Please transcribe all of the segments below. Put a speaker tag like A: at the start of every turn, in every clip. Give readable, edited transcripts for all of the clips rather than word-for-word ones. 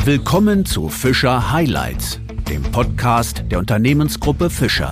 A: Willkommen zu Fischer Highlights, dem Podcast der Unternehmensgruppe Fischer.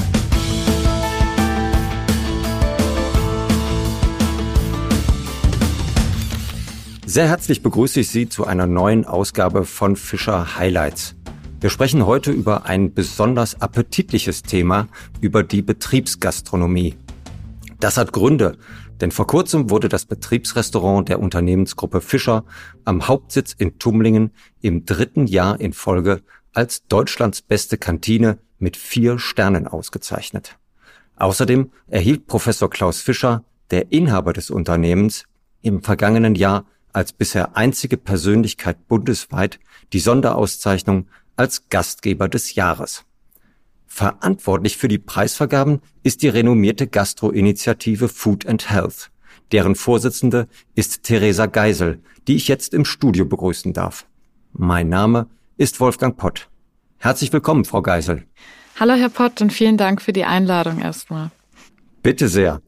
B: Sehr herzlich begrüße ich Sie zu einer neuen Ausgabe von Fischer Highlights. Wir sprechen heute über ein besonders appetitliches Thema, über die Betriebsgastronomie. Das hat Gründe, denn vor kurzem wurde das Betriebsrestaurant der Unternehmensgruppe Fischer am Hauptsitz in Tumlingen im 3. Jahr in Folge als Deutschlands beste Kantine mit 4 Sternen ausgezeichnet. Außerdem erhielt Professor Klaus Fischer, der Inhaber des Unternehmens, im vergangenen Jahr als bisher einzige Persönlichkeit bundesweit die Sonderauszeichnung als Gastgeber des Jahres. Verantwortlich für die Preisvergaben ist die renommierte Gastro-Initiative Food and Health. Deren Vorsitzende ist Theresa Geisel, die ich jetzt im Studio begrüßen darf. Mein Name ist Wolfgang Pott. Herzlich willkommen, Frau Geisel.
C: Hallo, Herr Pott, und vielen Dank für die Einladung erstmal.
B: Bitte sehr.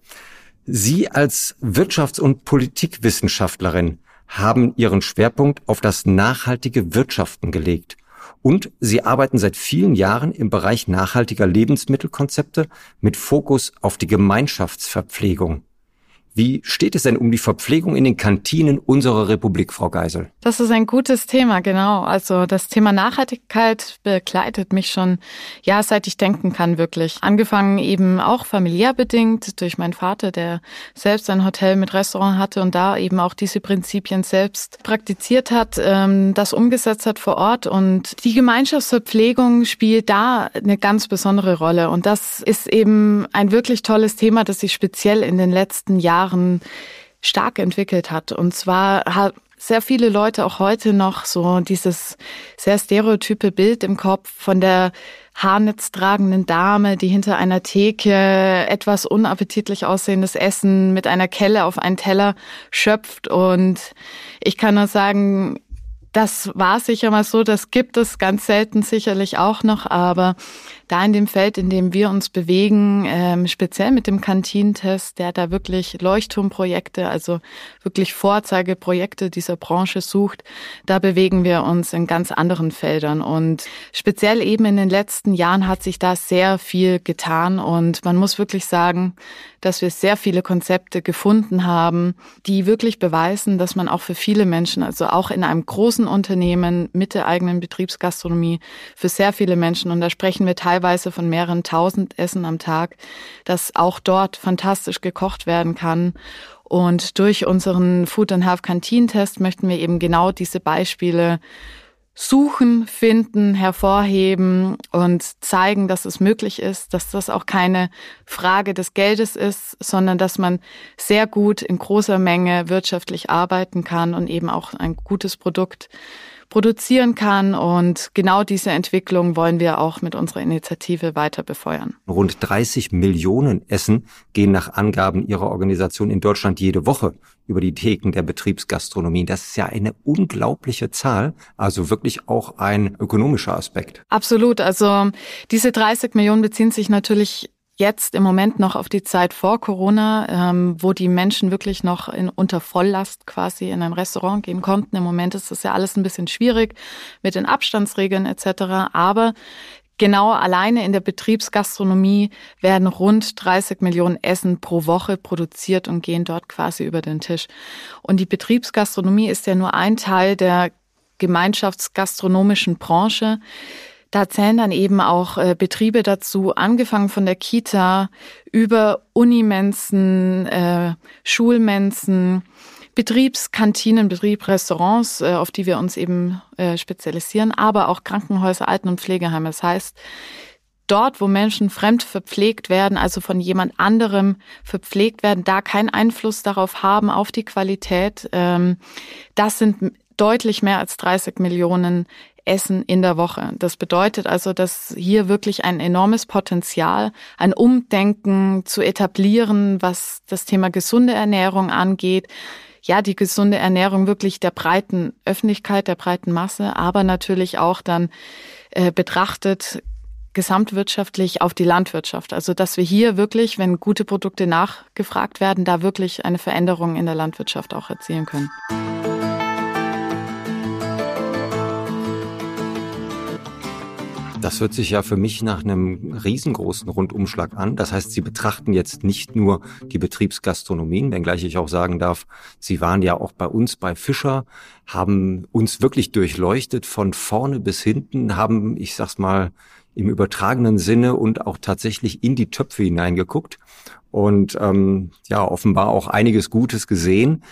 B: Sie als Wirtschafts- und Politikwissenschaftlerin haben Ihren Schwerpunkt auf das nachhaltige Wirtschaften gelegt. Und Sie arbeiten seit vielen Jahren im Bereich nachhaltiger Lebensmittelkonzepte mit Fokus auf die Gemeinschaftsverpflegung. Wie steht es denn um die Verpflegung in den Kantinen unserer Republik, Frau Geisel?
C: Das ist ein gutes Thema, genau. Also das Thema Nachhaltigkeit begleitet mich schon, ja, seit ich denken kann, wirklich. Angefangen eben auch familiär bedingt durch meinen Vater, der selbst ein Hotel mit Restaurant hatte und da eben auch diese Prinzipien selbst praktiziert hat, das umgesetzt hat vor Ort. Und die Gemeinschaftsverpflegung spielt da eine ganz besondere Rolle. Und das ist eben ein wirklich tolles Thema, das sich speziell in den letzten Jahren stark entwickelt hat. Und zwar haben sehr viele Leute auch heute noch so dieses sehr stereotype Bild im Kopf von der haarnetztragenden Dame, die hinter einer Theke etwas unappetitlich aussehendes Essen mit einer Kelle auf einen Teller schöpft. Und ich kann nur sagen, das war sicher mal so, das gibt es ganz selten sicherlich auch noch, aber da in dem Feld, in dem wir uns bewegen, speziell mit dem Kantinentest, der da wirklich Leuchtturmprojekte, also wirklich Vorzeigeprojekte dieser Branche sucht, da bewegen wir uns in ganz anderen Feldern. Und speziell eben in den letzten Jahren hat sich da sehr viel getan und man muss wirklich sagen, dass wir sehr viele Konzepte gefunden haben, die wirklich beweisen, dass man auch für viele Menschen, also auch in einem großen Unternehmen mit der eigenen Betriebsgastronomie, für sehr viele Menschen, und da sprechen wir teilweise von mehreren tausend Essen am Tag, dass auch dort fantastisch gekocht werden kann. Und durch unseren Food and Health Kantinentest möchten wir eben genau diese Beispiele suchen, finden, hervorheben und zeigen, dass es möglich ist, dass das auch keine Frage des Geldes ist, sondern dass man sehr gut in großer Menge wirtschaftlich arbeiten kann und eben auch ein gutes Produkt produzieren kann. Und genau diese Entwicklung wollen wir auch mit unserer Initiative weiter befeuern.
B: Rund 30 Millionen Essen gehen nach Angaben Ihrer Organisation in Deutschland jede Woche über die Theken der Betriebsgastronomie. Das ist ja eine unglaubliche Zahl, also wirklich auch ein ökonomischer Aspekt.
C: Absolut. Also diese 30 Millionen beziehen sich natürlich jetzt im Moment noch auf die Zeit vor Corona, wo die Menschen wirklich noch unter Volllast quasi in ein Restaurant gehen konnten. Im Moment ist das ja alles ein bisschen schwierig mit den Abstandsregeln etc. Aber genau alleine in der Betriebsgastronomie werden rund 30 Millionen Essen pro Woche produziert und gehen dort quasi über den Tisch. Und die Betriebsgastronomie ist ja nur ein Teil der gemeinschaftsgastronomischen Branche. Da zählen dann eben auch Betriebe dazu, angefangen von der Kita über Unimensen, Schulmensen, Betriebskantinen, Betriebsrestaurants, auf die wir uns eben spezialisieren, aber auch Krankenhäuser, Alten- und Pflegeheime. Das heißt, dort, wo Menschen fremd verpflegt werden, also von jemand anderem verpflegt werden, da keinen Einfluss darauf haben, auf die Qualität, das sind deutlich mehr als 30 Millionen Essen in der Woche. Das bedeutet also, dass hier wirklich ein enormes Potenzial, ein Umdenken zu etablieren, was das Thema gesunde Ernährung angeht. Ja, die gesunde Ernährung wirklich der breiten Öffentlichkeit, der breiten Masse, aber natürlich auch dann betrachtet gesamtwirtschaftlich auf die Landwirtschaft. Also dass wir hier wirklich, wenn gute Produkte nachgefragt werden, da wirklich eine Veränderung in der Landwirtschaft auch erzielen können.
B: Das hört sich ja für mich nach einem riesengroßen Rundumschlag an. Das heißt, Sie betrachten jetzt nicht nur die Betriebsgastronomien, wenngleich ich auch sagen darf, Sie waren ja auch bei uns bei Fischer, haben uns wirklich durchleuchtet von vorne bis hinten, haben, ich sag's mal, im übertragenen Sinne und auch tatsächlich in die Töpfe hineingeguckt und offenbar auch einiges Gutes gesehen.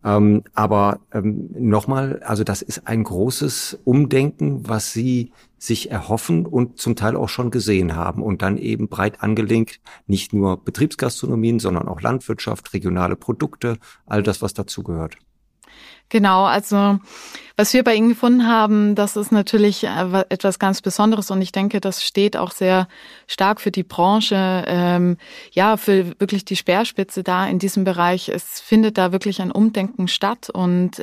B: Aber nochmal, also das ist ein großes Umdenken, was Sie sich erhoffen und zum Teil auch schon gesehen haben und dann eben breit angelegt, nicht nur Betriebsgastronomien, sondern auch Landwirtschaft, regionale Produkte, all das, was dazugehört.
C: Genau, also was wir bei Ihnen gefunden haben, das ist natürlich etwas ganz Besonderes und ich denke, das steht auch sehr stark für die Branche, für wirklich die Speerspitze da in diesem Bereich. Es findet da wirklich ein Umdenken statt und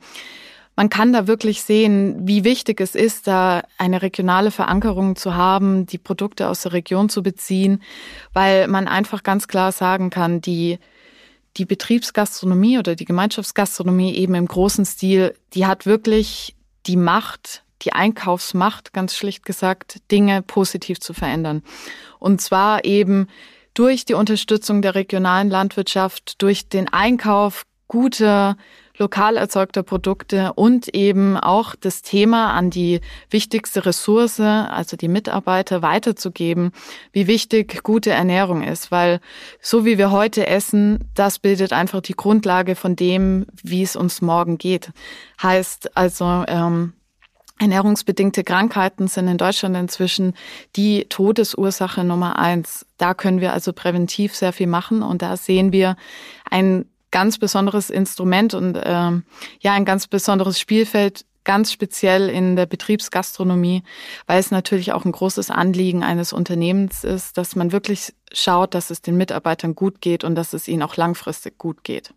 C: man kann da wirklich sehen, wie wichtig es ist, da eine regionale Verankerung zu haben, die Produkte aus der Region zu beziehen, weil man einfach ganz klar sagen kann, die Betriebsgastronomie oder die Gemeinschaftsgastronomie eben im großen Stil, die hat wirklich die Macht, die Einkaufsmacht, ganz schlicht gesagt, Dinge positiv zu verändern. Und zwar eben durch die Unterstützung der regionalen Landwirtschaft, durch den Einkauf guter, lokal erzeugter Produkte und eben auch das Thema an die wichtigste Ressource, also die Mitarbeiter, weiterzugeben, wie wichtig gute Ernährung ist. Weil so wie wir heute essen, das bildet einfach die Grundlage von dem, wie es uns morgen geht. Heißt also, ernährungsbedingte Krankheiten sind in Deutschland inzwischen die Todesursache Nummer 1. Da können wir also präventiv sehr viel machen und da sehen wir ein ganz besonderes Instrument und ein ganz besonderes Spielfeld, ganz speziell in der Betriebsgastronomie, weil es natürlich auch ein großes Anliegen eines Unternehmens ist, dass man wirklich schaut, dass es den Mitarbeitern gut geht und dass es ihnen auch langfristig gut geht.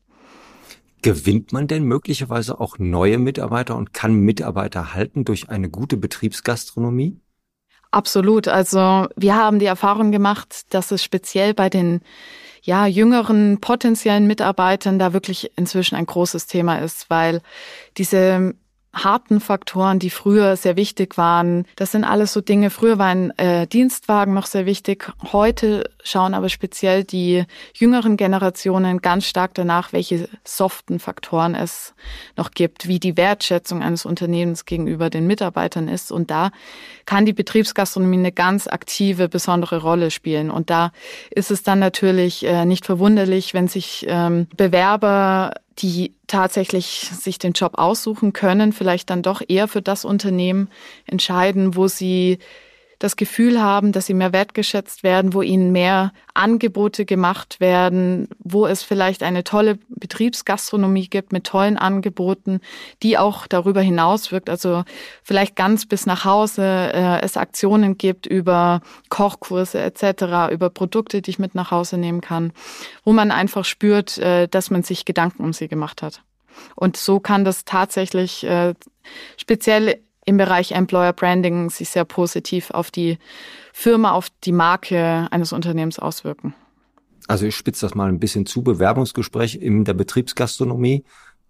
B: Gewinnt man denn möglicherweise auch neue Mitarbeiter und kann Mitarbeiter halten durch eine gute Betriebsgastronomie?
C: Absolut. Also wir haben die Erfahrung gemacht, dass es speziell bei den jüngeren potenziellen Mitarbeitern da wirklich inzwischen ein großes Thema ist, weil diese harten Faktoren, die früher sehr wichtig waren, das sind alles so Dinge. Früher waren Dienstwagen noch sehr wichtig. Heute schauen aber speziell die jüngeren Generationen ganz stark danach, welche soften Faktoren es noch gibt, wie die Wertschätzung eines Unternehmens gegenüber den Mitarbeitern ist. Und da kann die Betriebsgastronomie eine ganz aktive, besondere Rolle spielen. Und da ist es dann natürlich nicht verwunderlich, wenn sich Bewerber, die tatsächlich sich den Job aussuchen können, vielleicht dann doch eher für das Unternehmen entscheiden, wo sie das Gefühl haben, dass sie mehr wertgeschätzt werden, wo ihnen mehr Angebote gemacht werden, wo es vielleicht eine tolle Betriebsgastronomie gibt mit tollen Angeboten, die auch darüber hinaus wirkt, also vielleicht ganz bis nach Hause es Aktionen gibt über Kochkurse etc., über Produkte, die ich mit nach Hause nehmen kann, wo man einfach spürt, dass man sich Gedanken um sie gemacht hat. Und so kann das tatsächlich speziell im Bereich Employer Branding sich sehr positiv auf die Firma, auf die Marke eines Unternehmens auswirken.
B: Also ich spitze das mal ein bisschen zu. Bewerbungsgespräch in der Betriebsgastronomie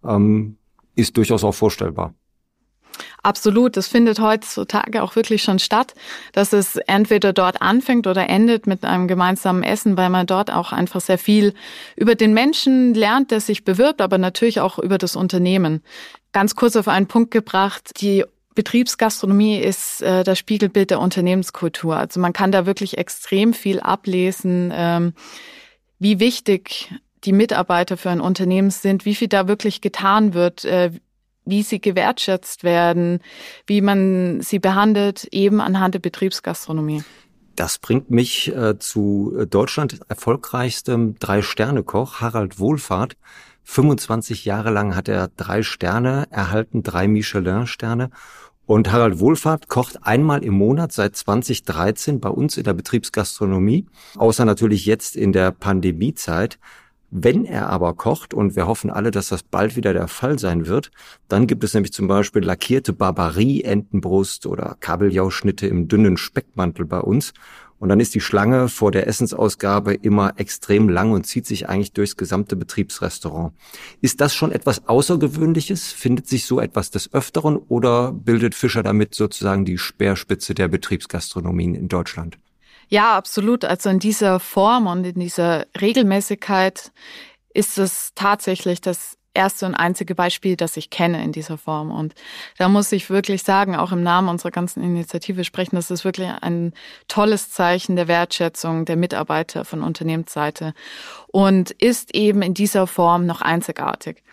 B: ist durchaus auch vorstellbar.
C: Absolut, das findet heutzutage auch wirklich schon statt, dass es entweder dort anfängt oder endet mit einem gemeinsamen Essen, weil man dort auch einfach sehr viel über den Menschen lernt, der sich bewirbt, aber natürlich auch über das Unternehmen. Ganz kurz auf einen Punkt gebracht, die Betriebsgastronomie ist das Spiegelbild der Unternehmenskultur. Also man kann da wirklich extrem viel ablesen, wie wichtig die Mitarbeiter für ein Unternehmen sind, wie viel da wirklich getan wird, wie sie gewertschätzt werden, wie man sie behandelt, eben anhand der Betriebsgastronomie.
B: Das bringt mich zu Deutschland erfolgreichstem 3-Sterne-Koch, Harald Wohlfahrt. 25 Jahre lang hat er 3 Sterne erhalten, 3 Michelin-Sterne. Und Harald Wohlfahrt kocht einmal im Monat seit 2013 bei uns in der Betriebsgastronomie, außer natürlich jetzt in der Pandemiezeit. Wenn er aber kocht, und wir hoffen alle, dass das bald wieder der Fall sein wird, dann gibt es nämlich zum Beispiel lackierte Barbarie, Entenbrust oder Kabeljauschnitte im dünnen Speckmantel bei uns. Und dann ist die Schlange vor der Essensausgabe immer extrem lang und zieht sich eigentlich durchs gesamte Betriebsrestaurant. Ist das schon etwas Außergewöhnliches? Findet sich so etwas des Öfteren oder bildet Fischer damit sozusagen die Speerspitze der Betriebsgastronomien in Deutschland?
C: Ja, absolut. Also in dieser Form und in dieser Regelmäßigkeit ist es tatsächlich das erste und einzige Beispiel, das ich kenne in dieser Form. Und da muss ich wirklich sagen, auch im Namen unserer ganzen Initiative sprechen, das ist wirklich ein tolles Zeichen der Wertschätzung der Mitarbeiter von Unternehmensseite und ist eben in dieser Form noch einzigartig.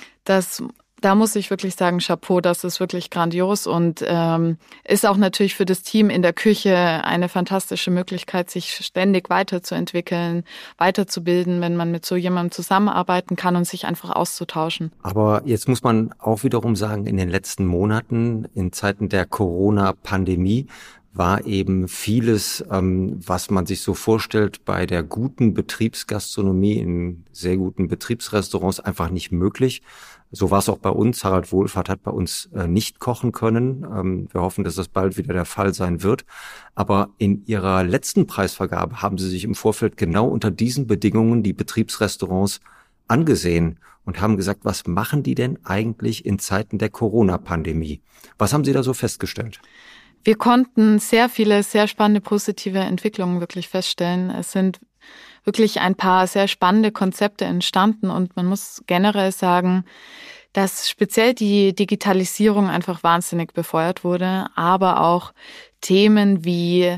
C: Da muss ich wirklich sagen, Chapeau, das ist wirklich grandios und ist auch natürlich für das Team in der Küche eine fantastische Möglichkeit, sich ständig weiterzuentwickeln, weiterzubilden, wenn man mit so jemandem zusammenarbeiten kann und sich einfach auszutauschen.
B: Aber jetzt muss man auch wiederum sagen, in den letzten Monaten, in Zeiten der Corona-Pandemie, war eben vieles, was man sich so vorstellt, bei der guten Betriebsgastronomie in sehr guten Betriebsrestaurants einfach nicht möglich. So war es auch bei uns. Harald Wohlfahrt hat bei uns nicht kochen können. Wir hoffen, dass das bald wieder der Fall sein wird. Aber in Ihrer letzten Preisvergabe haben Sie sich im Vorfeld genau unter diesen Bedingungen die Betriebsrestaurants angesehen und haben gesagt, was machen die denn eigentlich in Zeiten der Corona-Pandemie? Was haben Sie da so festgestellt?
C: Wir konnten sehr viele, sehr spannende, positive Entwicklungen wirklich feststellen. Es sind wirklich ein paar sehr spannende Konzepte entstanden und man muss generell sagen, dass speziell die Digitalisierung einfach wahnsinnig befeuert wurde, aber auch Themen wie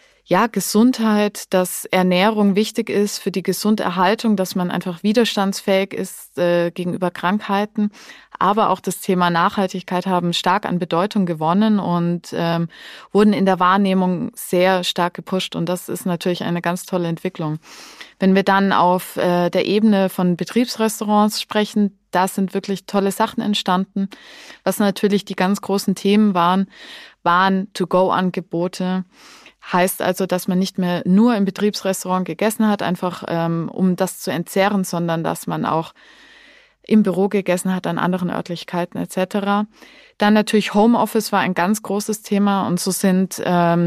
C: Gesundheit, dass Ernährung wichtig ist für die Gesunderhaltung, dass man einfach widerstandsfähig ist gegenüber Krankheiten. Aber auch das Thema Nachhaltigkeit haben stark an Bedeutung gewonnen und wurden in der Wahrnehmung sehr stark gepusht. Und das ist natürlich eine ganz tolle Entwicklung. Wenn wir dann auf der Ebene von Betriebsrestaurants sprechen, da sind wirklich tolle Sachen entstanden. Was natürlich die ganz großen Themen waren To-Go-Angebote. Heißt also, dass man nicht mehr nur im Betriebsrestaurant gegessen hat, einfach um das zu entzehren, sondern dass man auch im Büro gegessen hat, an anderen Örtlichkeiten etc. Dann natürlich Homeoffice war ein ganz großes Thema und so sind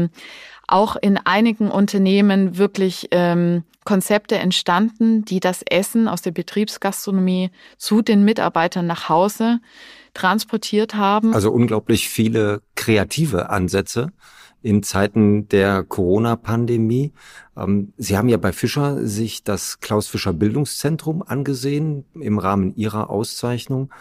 C: auch in einigen Unternehmen wirklich Konzepte entstanden, die das Essen aus der Betriebsgastronomie zu den Mitarbeitern nach Hause transportiert haben.
B: Also unglaublich viele kreative Ansätze in Zeiten der Corona-Pandemie. Sie haben ja bei Fischer sich das Klaus Fischer Bildungszentrum angesehen im Rahmen Ihrer Auszeichnung,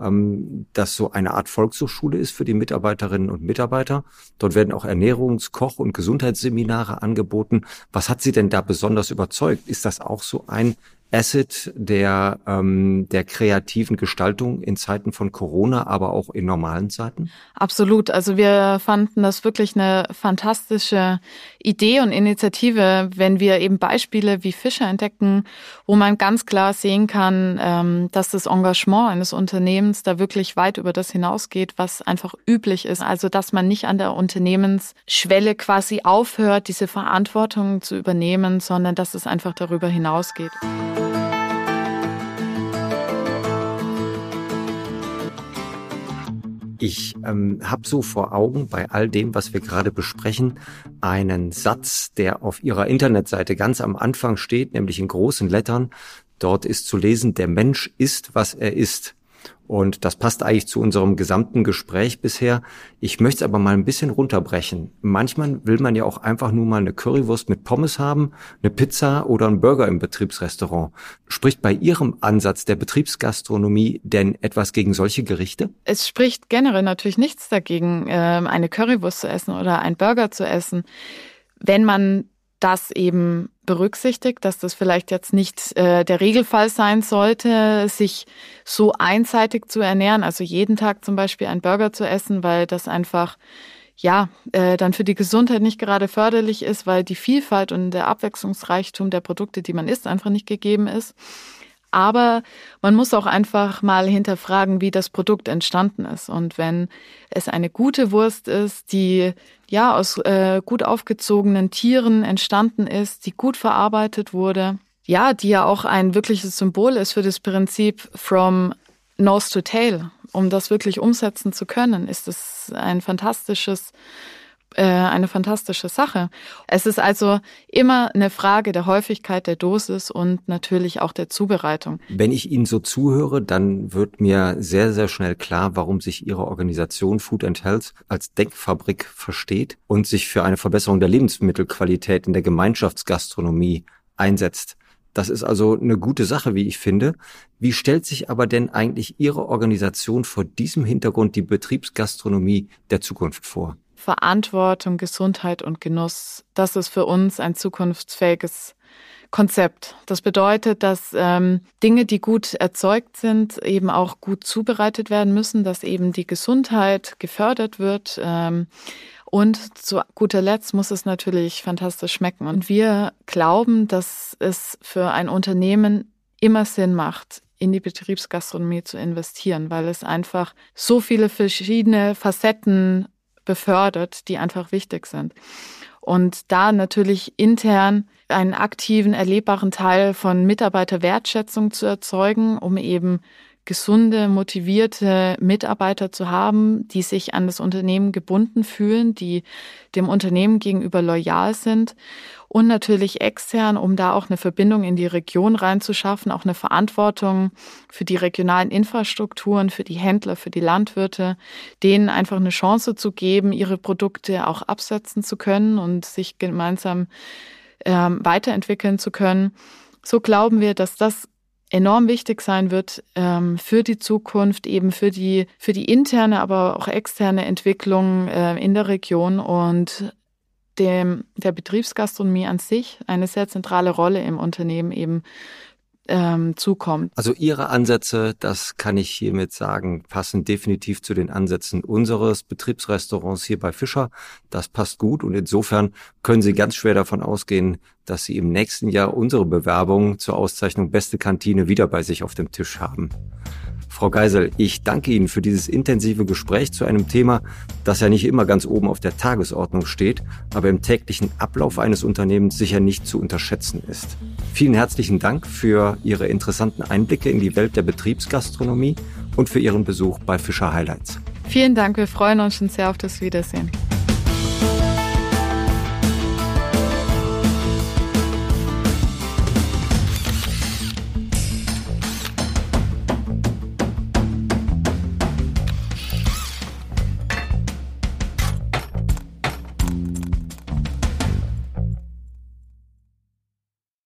B: das so eine Art Volkshochschule ist für die Mitarbeiterinnen und Mitarbeiter. Dort werden auch Ernährungs-, Koch- und Gesundheitsseminare angeboten. Was hat Sie denn da besonders überzeugt? Ist das auch so ein Asset der kreativen Gestaltung in Zeiten von Corona, aber auch in normalen Zeiten?
C: Absolut. Also wir fanden das wirklich eine fantastische Idee und Initiative, wenn wir eben Beispiele wie Fischer entdecken, wo man ganz klar sehen kann, dass das Engagement eines Unternehmens da wirklich weit über das hinausgeht, was einfach üblich ist. Also dass man nicht an der Unternehmensschwelle quasi aufhört, diese Verantwortung zu übernehmen, sondern dass es einfach darüber hinausgeht.
B: Ich habe so vor Augen bei all dem, was wir gerade besprechen, einen Satz, der auf Ihrer Internetseite ganz am Anfang steht, nämlich in großen Lettern. Dort ist zu lesen, der Mensch ist, was er ist. Und das passt eigentlich zu unserem gesamten Gespräch bisher. Ich möchte es aber mal ein bisschen runterbrechen. Manchmal will man ja auch einfach nur mal eine Currywurst mit Pommes haben, eine Pizza oder einen Burger im Betriebsrestaurant. Spricht bei Ihrem Ansatz der Betriebsgastronomie denn etwas gegen solche Gerichte?
C: Es spricht generell natürlich nichts dagegen, eine Currywurst zu essen oder einen Burger zu essen, wenn man das eben berücksichtigt, dass das vielleicht jetzt nicht der Regelfall sein sollte, sich so einseitig zu ernähren, also jeden Tag zum Beispiel einen Burger zu essen, weil das einfach dann für die Gesundheit nicht gerade förderlich ist, weil die Vielfalt und der Abwechslungsreichtum der Produkte, die man isst, einfach nicht gegeben ist. Aber man muss auch einfach mal hinterfragen, wie das Produkt entstanden ist. Und wenn es eine gute Wurst ist, die aus gut aufgezogenen Tieren entstanden ist, die gut verarbeitet wurde, die ja auch ein wirkliches Symbol ist für das Prinzip from nose to tail. Um das wirklich umsetzen zu können, ist es ein fantastisches eine fantastische Sache. Es ist also immer eine Frage der Häufigkeit, der Dosis und natürlich auch der Zubereitung.
B: Wenn ich Ihnen so zuhöre, dann wird mir sehr, sehr schnell klar, warum sich Ihre Organisation Food and Health als Denkfabrik versteht und sich für eine Verbesserung der Lebensmittelqualität in der Gemeinschaftsgastronomie einsetzt. Das ist also eine gute Sache, wie ich finde. Wie stellt sich aber denn eigentlich Ihre Organisation vor diesem Hintergrund die Betriebsgastronomie der Zukunft vor?
C: Verantwortung, Gesundheit und Genuss, das ist für uns ein zukunftsfähiges Konzept. Das bedeutet, dass Dinge, die gut erzeugt sind, eben auch gut zubereitet werden müssen, dass eben die Gesundheit gefördert wird. Und zu guter Letzt muss es natürlich fantastisch schmecken. Und wir glauben, dass es für ein Unternehmen immer Sinn macht, in die Betriebsgastronomie zu investieren, weil es einfach so viele verschiedene Facetten befördert, die einfach wichtig sind. Und da natürlich intern einen aktiven, erlebbaren Teil von Mitarbeiterwertschätzung zu erzeugen, um eben gesunde, motivierte Mitarbeiter zu haben, die sich an das Unternehmen gebunden fühlen, die dem Unternehmen gegenüber loyal sind und natürlich extern, um da auch eine Verbindung in die Region reinzuschaffen, auch eine Verantwortung für die regionalen Infrastrukturen, für die Händler, für die Landwirte, denen einfach eine Chance zu geben, ihre Produkte auch absetzen zu können und sich gemeinsam weiterentwickeln zu können. So glauben wir, dass das enorm wichtig sein wird für die Zukunft, eben für die interne, aber auch externe Entwicklung in der Region und der Betriebsgastronomie an sich eine sehr zentrale Rolle im Unternehmen eben zukommt.
B: Also Ihre Ansätze, das kann ich hiermit sagen, passen definitiv zu den Ansätzen unseres Betriebsrestaurants hier bei Fischer. Das passt gut und insofern können Sie ganz schwer davon ausgehen, dass Sie im nächsten Jahr unsere Bewerbung zur Auszeichnung Beste Kantine wieder bei sich auf dem Tisch haben. Frau Geisel, ich danke Ihnen für dieses intensive Gespräch zu einem Thema, das ja nicht immer ganz oben auf der Tagesordnung steht, aber im täglichen Ablauf eines Unternehmens sicher nicht zu unterschätzen ist. Vielen herzlichen Dank für Ihre interessanten Einblicke in die Welt der Betriebsgastronomie und für Ihren Besuch bei Fischer Highlights.
C: Vielen Dank, wir freuen uns schon sehr auf das Wiedersehen.